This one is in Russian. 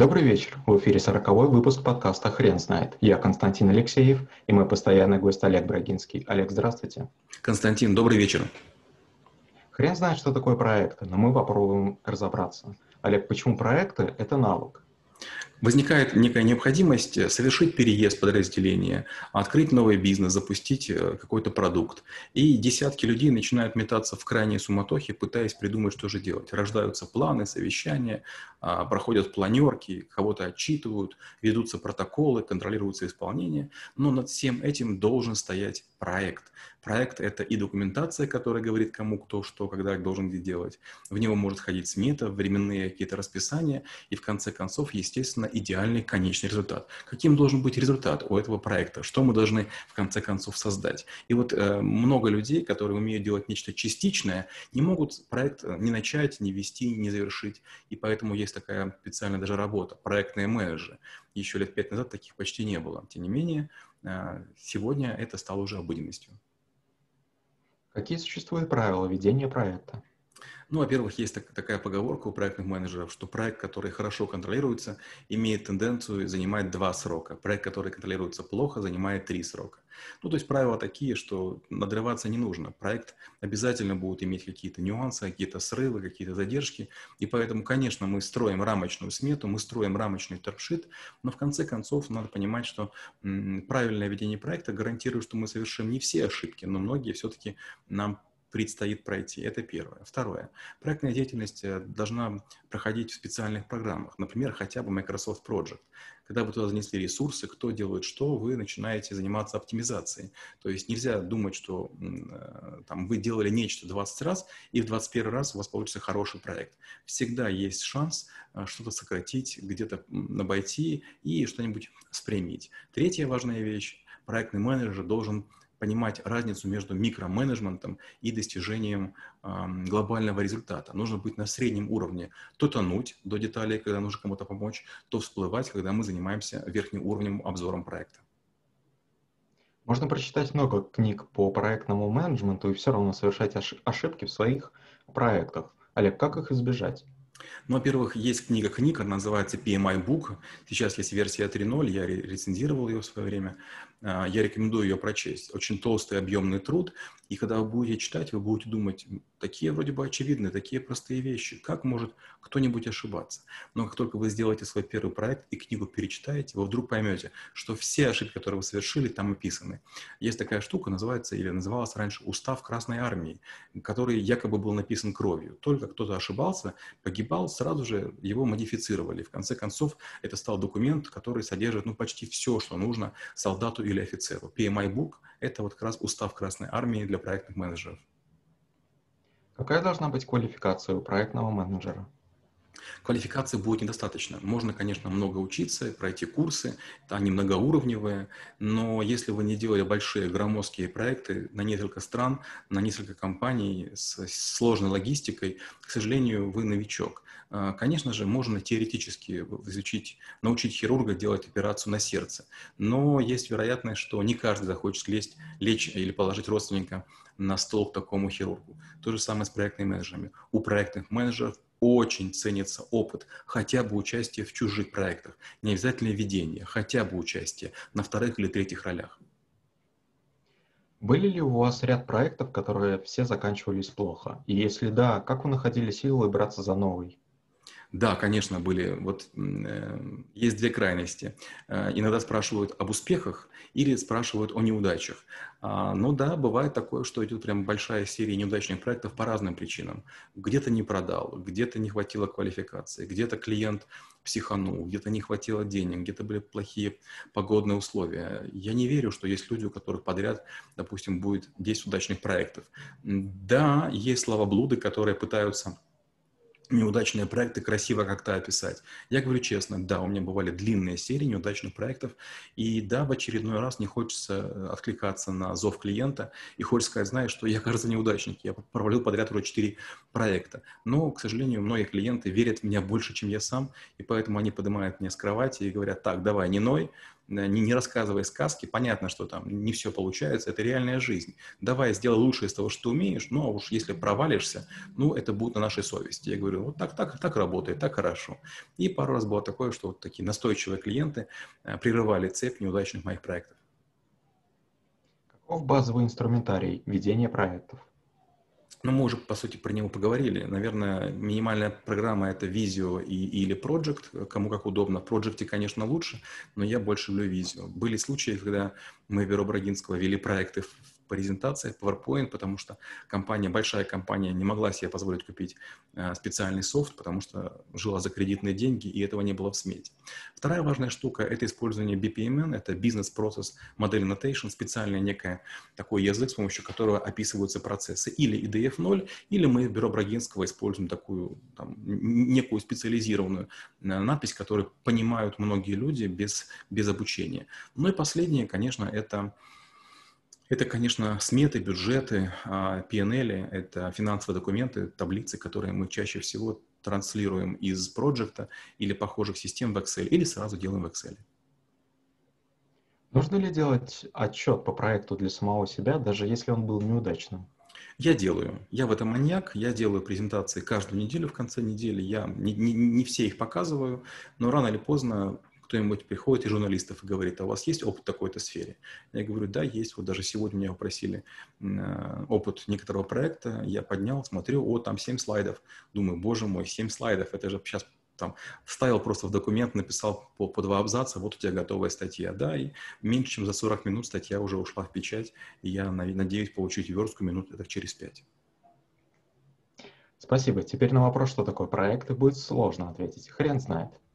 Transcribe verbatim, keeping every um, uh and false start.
Добрый вечер. В эфире сороковой выпуск подкаста «Хрен знает». Я Константин Алексеев и мой постоянный гость Олег Брагинский. Олег, здравствуйте. Константин, добрый вечер. Хрен знает, что такое проекты, но мы попробуем разобраться. Олег, почему проекты– это навык? Возникает некая необходимость совершить переезд подразделения, открыть новый бизнес, запустить э, какой-то продукт. И десятки людей начинают метаться в крайней суматохе, пытаясь придумать, что же делать. Рождаются планы, совещания, а, проходят планерки, кого-то отчитывают, ведутся протоколы, контролируется исполнение. Но над всем этим должен стоять проект. Проект – это и документация, которая говорит, кому, кто, что, когда должен делать. В него может входить смета, временные какие-то расписания и, в конце концов, естественно, идеальный конечный результат. Каким должен быть результат у этого проекта? Что мы должны, в конце концов, создать? И вот э, много людей, которые умеют делать нечто частичное, не могут проект не начать, не вести, не завершить. И поэтому есть такая специальная даже работа – проектные менеджеры. Еще лет пять назад таких почти не было. Тем не менее, э, сегодня это стало уже обыденностью. Какие существуют правила ведения проекта? Ну, во-первых, есть так, такая поговорка у проектных менеджеров, что проект, который хорошо контролируется, имеет тенденцию занимать два срока. Проект, который контролируется плохо, занимает три срока. Ну, то есть правила такие, что надрываться не нужно. Проект обязательно будет иметь какие-то нюансы, какие-то срывы, какие-то задержки. И поэтому, конечно, мы строим рамочную смету, мы строим рамочный термшит, но в конце концов надо понимать, что м, правильное ведение проекта гарантирует, что мы совершим не все ошибки, но многие все-таки нам предстоит пройти. Это первое. Второе. Проектная деятельность должна проходить в специальных программах, например, хотя бы Microsoft Project. Когда вы туда занесли ресурсы, кто делает что, вы начинаете заниматься оптимизацией. То есть нельзя думать, что там, вы делали нечто двадцать раз, и в двадцать первый раз у вас получится хороший проект. Всегда есть шанс что-то сократить, где-то обойти и что-нибудь спрямить. Третья важная вещь. Проектный менеджер должен понимать разницу между микроменеджментом и достижением э, глобального результата. Нужно быть на среднем уровне, то тонуть до деталей, когда нужно кому-то помочь, то всплывать, когда мы занимаемся верхним уровнем обзором проекта. Можно прочитать много книг по проектному менеджменту и все равно совершать ошибки в своих проектах. Олег, как их избежать? Ну, во-первых, есть книга книг, она называется пи эм ай Book. Сейчас есть версия три ноль, я рецензировал ее в свое время. Я рекомендую ее прочесть. Очень толстый, объемный труд. И когда вы будете читать, вы будете думать, такие вроде бы очевидные, такие простые вещи. Как может кто-нибудь ошибаться? Но как только вы сделаете свой первый проект и книгу перечитаете, вы вдруг поймете, что все ошибки, которые вы совершили, там описаны. Есть такая штука, называется, или называлась раньше «Устав Красной Армии», который якобы был написан кровью. Только кто-то ошибался, погибал, сразу же его модифицировали. В конце концов, это стал документ, который содержит ну, почти все, что нужно солдату или офицеру. пи эм ай Book – это вот как раз устав Красной Армии для проектных менеджеров. Какая должна быть квалификация у проектного менеджера? Квалификации будет недостаточно. Можно, конечно, много учиться, пройти курсы, они многоуровневые, но если вы не делали большие громоздкие проекты на несколько стран, на несколько компаний с сложной логистикой, к сожалению, вы новичок. Конечно же, можно теоретически изучить, научить хирурга делать операцию на сердце, но есть вероятность, что не каждый захочет лезть, лечь или положить родственника на стол к такому хирургу. То же самое с проектными менеджерами. У проектных менеджеров очень ценится опыт, хотя бы участие в чужих проектах, не обязательно ведение, хотя бы участие на вторых или третьих ролях. Были ли у вас ряд проектов, которые все заканчивались плохо? И если да, как вы находили силы браться за новый? Да, конечно, были. Вот э, есть две крайности. Э, иногда спрашивают об успехах или спрашивают о неудачах. А, ну да, бывает такое, что идет прям большая серия неудачных проектов по разным причинам. Где-то не продал, где-то не хватило квалификации, где-то клиент психанул, где-то не хватило денег, где-то были плохие погодные условия. Я не верю, что есть люди, у которых подряд, допустим, будет десять удачных проектов. Да, есть словоблуды, которые пытаются неудачные проекты красиво как-то описать. Я говорю честно, да, у меня бывали длинные серии неудачных проектов, и да, в очередной раз не хочется откликаться на зов клиента, и хочется сказать, знаешь, что я, кажется, неудачник, я провалил подряд уже четыре проекта. Но, к сожалению, многие клиенты верят в меня больше, чем я сам, и поэтому они поднимают меня с кровати и говорят, так, давай, не ной, не, не рассказывай сказки, понятно, что там не все получается, это реальная жизнь. Давай, сделай лучшее из того, что ты умеешь, ну, а уж если провалишься, ну, это будет на нашей совести. Я говорю, вот так, так, так работает, так хорошо. И пару раз было такое, что вот такие настойчивые клиенты э, прерывали цепь неудачных моих проектов. Каков базовый инструментарий ведения проектов? Ну, мы уже, по сути, про него поговорили. Наверное, минимальная программа – это Visio и, или Project, кому как удобно. В Project, конечно, лучше, но я больше люблю Visio. Были случаи, когда мы в Бюро Брагинского вели проекты в презентациях, PowerPoint, потому что компания, большая компания не могла себе позволить купить э, специальный софт, потому что жила за кредитные деньги, и этого не было в смете. Вторая важная штука – это использование би пи эм эн, это Business Process Model Notation, специальная некая такой язык, с помощью которого описываются процессы. Или и ди эф ноль, или мы в Бюро Брагинского используем такую там, некую специализированную надпись, которую понимают многие люди без, без обучения. Ну и последнее, конечно, это, это, конечно, сметы, бюджеты, пи эн эл, это финансовые документы, таблицы, которые мы чаще всего транслируем из проекта или похожих систем в Excel, или сразу делаем в Excel. Нужно ли делать отчет по проекту для самого себя, даже если он был неудачным? Я делаю. Я в этом маньяк. Я делаю презентации каждую неделю в конце недели. Я не, не, не все их показываю, но рано или поздно кто-нибудь приходит из журналистов и говорит, а у вас есть опыт в такой-то сфере? Я говорю, да, есть. Вот даже сегодня меня попросили э, опыт некоторого проекта. Я поднял, смотрю, о, там семь слайдов. Думаю, боже мой, семь слайдов. Это же сейчас там вставил просто в документ, написал по, по два абзаца, вот у тебя готовая статья. Да, и меньше чем за сорок минут статья уже ушла в печать, и я надеюсь получить верстку минут это через пять. Спасибо. Теперь на вопрос, что такое проект, будет сложно ответить. Хрен знает.